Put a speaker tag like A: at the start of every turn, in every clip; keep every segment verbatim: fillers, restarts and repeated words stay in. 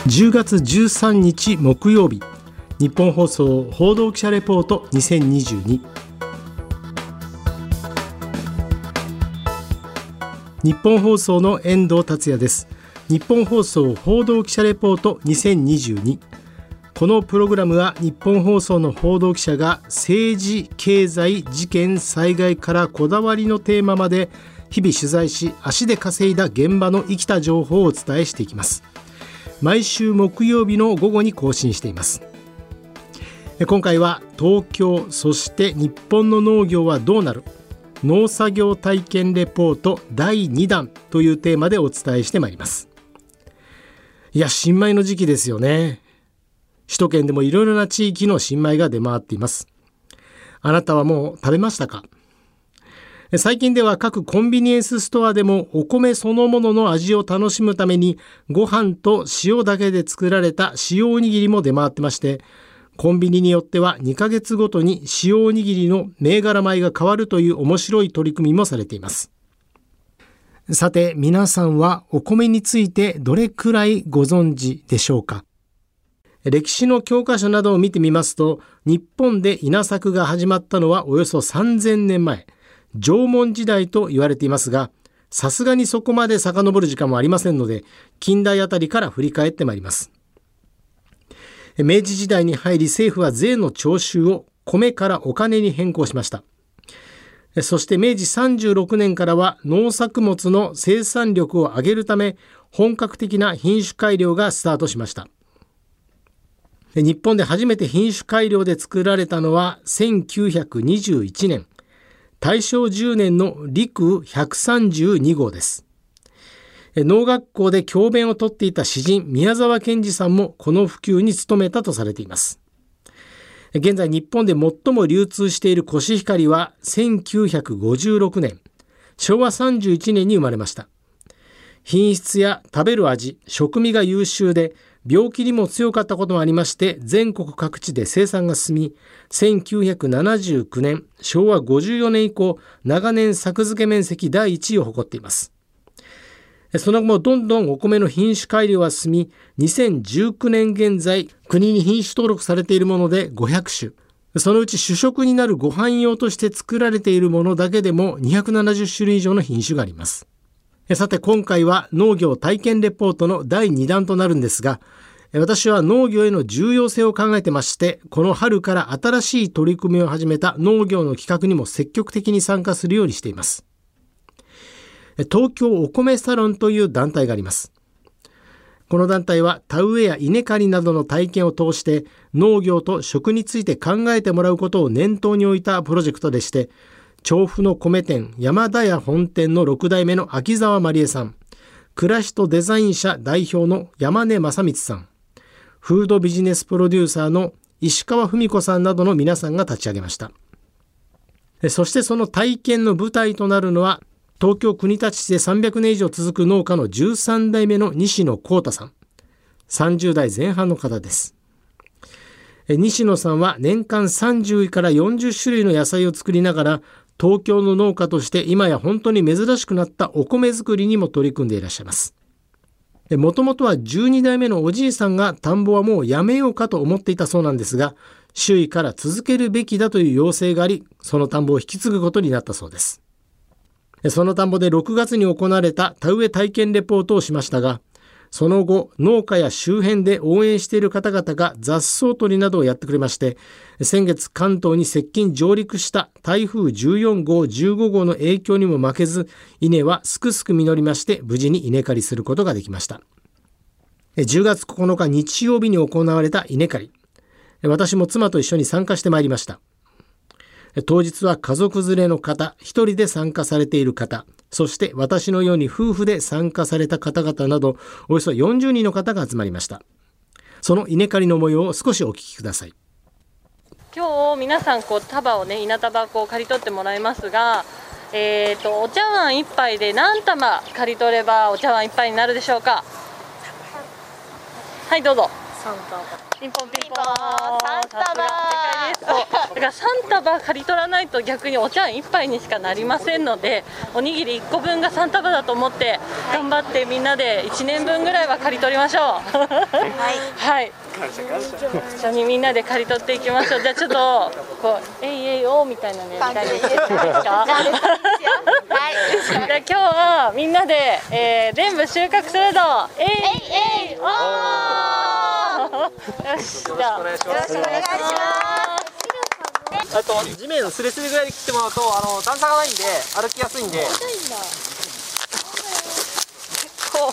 A: じゅうがつじゅうさんにち木曜日、日本放送報道記者レポートにせんにじゅうに。日本放送の遠藤達也です。日本放送報道記者レポートにせんにじゅうに。このプログラムは日本放送の報道記者が政治、経済、事件、災害からこだわりのテーマまで日々取材し、足で稼いだ現場の生きた情報をお伝えしていきます。毎週木曜日の午後に更新しています。今回は東京、そして日本の農業はどうなる、農作業体験レポートだいにだんというテーマでお伝えしてまいります。いや、新米の時期ですよね。首都圏でもいろいろな地域の新米が出回っています。あなたはもう食べましたか？最近では各コンビニエンスストアでもお米そのものの味を楽しむためにご飯と塩だけで作られた塩おにぎりも出回ってまして、コンビニによってはにかげつごとに塩おにぎりの銘柄米が変わるという面白い取り組みもされています。さて、皆さんはお米についてどれくらいご存知でしょうか？歴史の教科書などを見てみますと、日本で稲作が始まったのはおよそさんぜんねんまえ、縄文時代と言われていますが、さすがにそこまで遡る時間もありませんので、近代あたりから振り返ってまいります。明治時代に入り、政府は税の徴収を米からお金に変更しました。そして明治さんじゅうろくねんからは農作物の生産力を上げるため、本格的な品種改良がスタートしました。日本で初めて品種改良で作られたのはせんきゅうひゃくにじゅういちねん、大正じゅうねんの陸ひゃくさんじゅうにごうです。農学校で教鞭をとっていた詩人宮沢賢治さんもこの普及に努めたとされています。現在日本で最も流通しているコシヒカリはせんきゅうひゃくごじゅうろくねん、しょうわさんじゅういちねんに生まれました。品質や食べる味、食味が優秀で病気にも強かったこともありまして、全国各地で生産が進み、せんきゅうひゃくななじゅうきゅうねん、しょうわごじゅうよねん以降、長年作付け面積だいいちいを誇っています。その後もどんどんお米の品種改良は進み、にせんじゅうきゅうねん現在、国に品種登録されているものでごひゃくしゅ、そのうち主食になるご飯用として作られているものだけでもにひゃくななじゅっしゅるい以上の品種があります。さて、今回は農業体験レポートのだいにだんとなるんですが、私は農業への重要性を考えてまして、この春から新しい取り組みを始めた農業の企画にも積極的に参加するようにしています。東京お米サロンという団体があります。この団体は田植えや稲刈りなどの体験を通して農業と食について考えてもらうことを念頭に置いたプロジェクトでして、調布の米店山田屋本店のろくだいめの秋沢まりえさん、暮らしとデザイン社代表の山根正光さん、フードビジネスプロデューサーの石川文子さんなどの皆さんが立ち上げました。そしてその体験の舞台となるのは、東京国立市でさんびゃくねん以上続く農家のじゅうさんだいめの西野幸太さん、さんじゅうだいぜん半の方です。西野さんは年間さんじゅうからよんじゅっしゅるいの野菜を作りながら、東京の農家として今や本当に珍しくなったお米作りにも取り組んでいらっしゃいます。もともとはじゅうにだいめのおじいさんが田んぼはもうやめようかと思っていたそうなんですが、周囲から続けるべきだという要請があり、その田んぼを引き継ぐことになったそうです。その田んぼでろくがつに行われた田植え体験レポートをしましたが、その後農家や周辺で応援している方々が雑草取りなどをやってくれまして、先月関東に接近上陸した台風じゅうよんごう、じゅうごごうの影響にも負けず、稲はすくすく実りまして、無事に稲刈りすることができました。じゅうがつここのか日曜日に行われた稲刈り、私も妻と一緒に参加してまいりました。当日は家族連れの方、一人で参加されている方、そして私のように夫婦で参加された方々など、およそよんじゅうにんの方が集まりました。その稲刈りの模様を少しお聞きください。
B: 今日皆さんこう束をね、稲束こう刈り取ってもらいますが、えーとお茶碗一杯で何玉刈り取ればお茶碗一杯になるでしょうか？はい、どうぞ。 サンタバピンポンピンポン、
C: サンタバ
B: さすが正解です。そうだからサンタバ刈り取らないと逆にお茶碗一杯にしかなりませんので、おにぎりいっこぶんがサンタバだと思って頑張ってみんなでいちねんぶんぐらいは刈り取りましょう。はいはい、一緒にみんなで刈り取っていきましょう。じゃあちょっとこうえいえいおーみたいなのやりたいですか。はいじゃあ今日はみんなで、えー、全部収穫するぞ。えいえいおーよし、じゃあよろしくお願いします。
D: あと地面スレスレぐらいで切ってもらうと、あの段差がないんで歩きやすいんで。
B: こう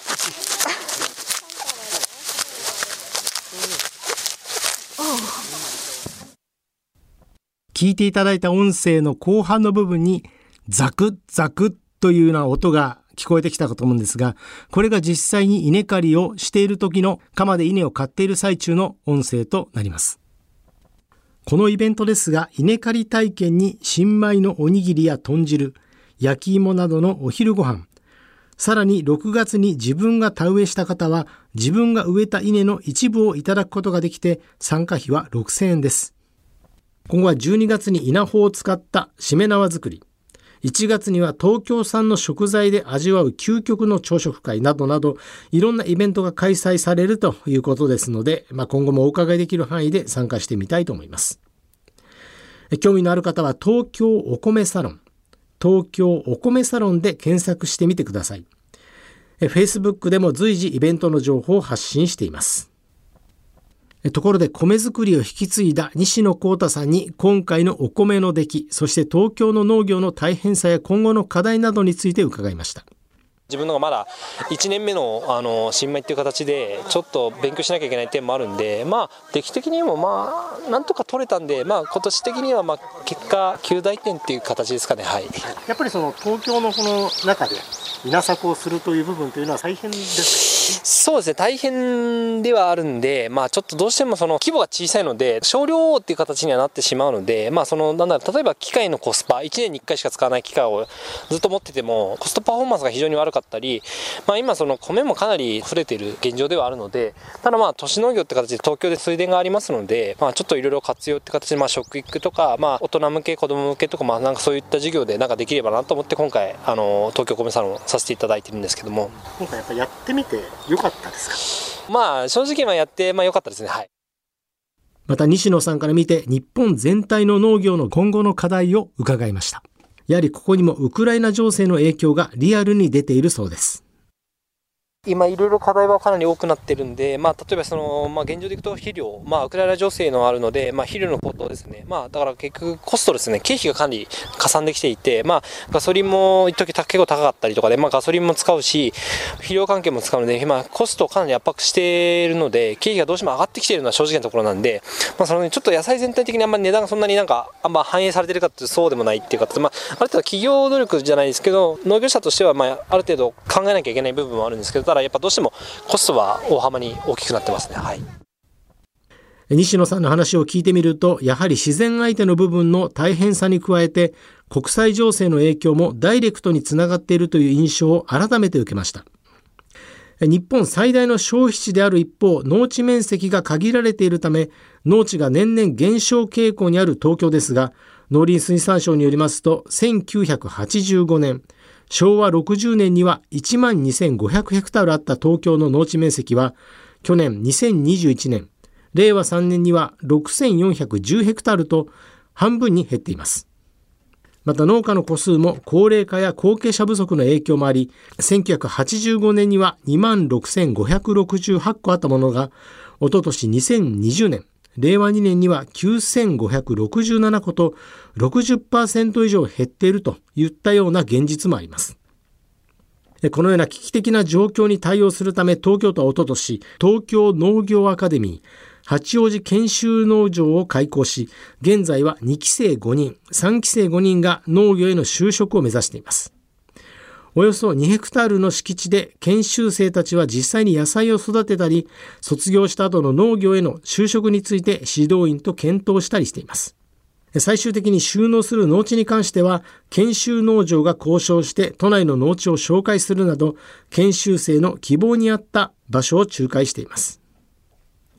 A: 聞いていただいた音声の後半の部分にザクッザクッというような音が聞こえてきたかと思うんですが、これが実際に稲刈りをしている時の鎌で稲を刈っている最中の音声となります。このイベントですが、稲刈り体験に新米のおにぎりや豚汁、焼き芋などのお昼ご飯、さらにろくがつに自分が田植えした方は自分が植えた稲の一部をいただくことができて、参加費はろくせんえんです。今後はじゅうにがつに稲穂を使ったしめ縄作り、いちがつには東京産の食材で味わう究極の朝食会などなど、いろんなイベントが開催されるということですので、まあ、今後もお伺いできる範囲で参加してみたいと思います。興味のある方は東京お米サロン、東京お米サロンで検索してみてください。Facebook でも随時イベントの情報を発信しています。ところで米作りを引き継いだ西野幸太さんに今回のお米の出来、そして東京の農業の大変さや今後の課題などについて伺いました。
D: 自分のがまだいちねんめ の, あの新米っていう形でちょっと勉強しなきゃいけない点もあるんで、まあ出来的にもまあなんとか取れたんで、まあ今年的にはまあ結果きゅうだいてんっていう形ですかね。はい。
A: やっぱりその東京のこの中で稲作をするという部分というのは大変ですか？
D: そうですね、大変ではあるんで、まあちょっとどうしてもその規模が小さいので少量っていう形にはなってしまうので、まあそのなんだろう、例えば機械のコスパいちねんにいっかいしか使わない機械をずっと持っててもコストパフォーマンスが非常に悪かったり、まあ今その米もかなり溢れている現状ではあるので、ただまあ都市農業って形で東京で水田がありますので、まあちょっといろいろ活用って形で、まあ食育とか、まあ大人向け子供向けとか、まあなんかそういった事業でなんかできればなと思って今回あの東京米サロンをさせていただいてるんですけども、
A: 今回やっぱやってみて良かったですか？
D: まあ正直はやってまあ良かったですね。はい。
A: また西野さんから見て日本全体の農業の今後の課題を伺いました。やはりここにもウクライナ情勢の影響がリアルに出ているそうです。
D: 今いろいろ課題はかなり多くなってるんで、まあ、例えばその、まあ、現状でいくと肥料、まあ、ウクライナ情勢のあるので、まあ、肥料の高騰ですね、まあ、だから結局コストですね、経費がかなりかさんできていて、まあ、ガソリンも一時結構高かったりとかで、まあ、ガソリンも使うし肥料関係も使うので、まあ、コストをかなり圧迫しているので経費がどうしても上がってきているのは正直なところなんで、まあ、そのちょっと野菜全体的にあんまり値段がそんなになんかあんま反映されているかってそうでもないっていうか、まあ、ある程度企業努力じゃないですけど農業者としてはまあある程度考えなきゃいけない部分もあるんですけど、ただやっぱどうしてもコストは大幅に大きくなってますね。はい。
A: 西野さんの話を聞いてみると、やはり自然相手の部分の大変さに加えて国際情勢の影響もダイレクトにつながっているという印象を改めて受けました。日本最大の消費地である一方、農地面積が限られているため農地が年々減少傾向にある東京ですが、農林水産省によりますとせんきゅうひゃくはちじゅうごねんしょうわろくじゅうねんにはいちまんにせんごひゃくヘクタールあった東京の農地面積は去年にせんにじゅういちねん、れいわさんねんにはろくせんよんひゃくじゅうヘクタールと半分に減っています。また農家の戸数も高齢化や後継者不足の影響もあり、せんきゅうひゃくはちじゅうごねんにはにまんろくせんごひゃくろくじゅうはちこあったものが、おととしにせんにじゅうねん、れいわにねんにはきゅうせんごひゃくろくじゅうななこと ろくじゅっパーセント 以上減っているといったような現実もあります。このような危機的な状況に対応するため、東京都はおととし東京農業アカデミー八王子研修農場を開校し、現在はにきせいごにん、さんきせいごにんが農業への就職を目指しています。およそにヘクタールの敷地で研修生たちは実際に野菜を育てたり、卒業した後の農業への就職について指導員と検討したりしています。最終的に就農する農地に関しては研修農場が交渉して都内の農地を紹介するなど、研修生の希望に合った場所を仲介しています。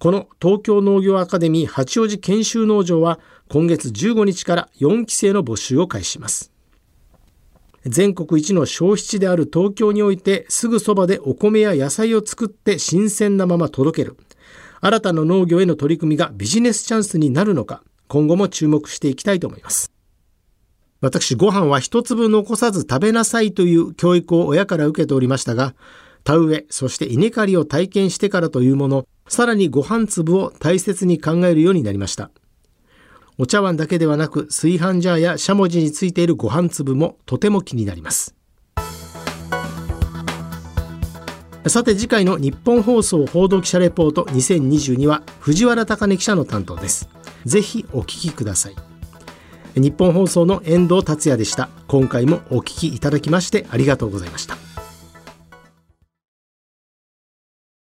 A: この東京農業アカデミー八王子研修農場は今月じゅうごにちからよんきせいの募集を開始します。全国一の消費地である東京において、すぐそばでお米や野菜を作って新鮮なまま届ける新たな農業への取り組みがビジネスチャンスになるのか、今後も注目していきたいと思います。私、ご飯は一粒残さず食べなさいという教育を親から受けておりましたが、田植え、そして稲刈りを体験してからというもの、さらにご飯粒を大切に考えるようになりました。お茶碗だけではなく、炊飯ジャーやしゃもじについているご飯粒もとても気になります。さて、次回の日本放送報道記者レポートにせんにじゅうには藤原貴根記者の担当です。ぜひお聞きください。日本放送の遠藤達也でした。今回もお聞きいただきましてありがとうございました。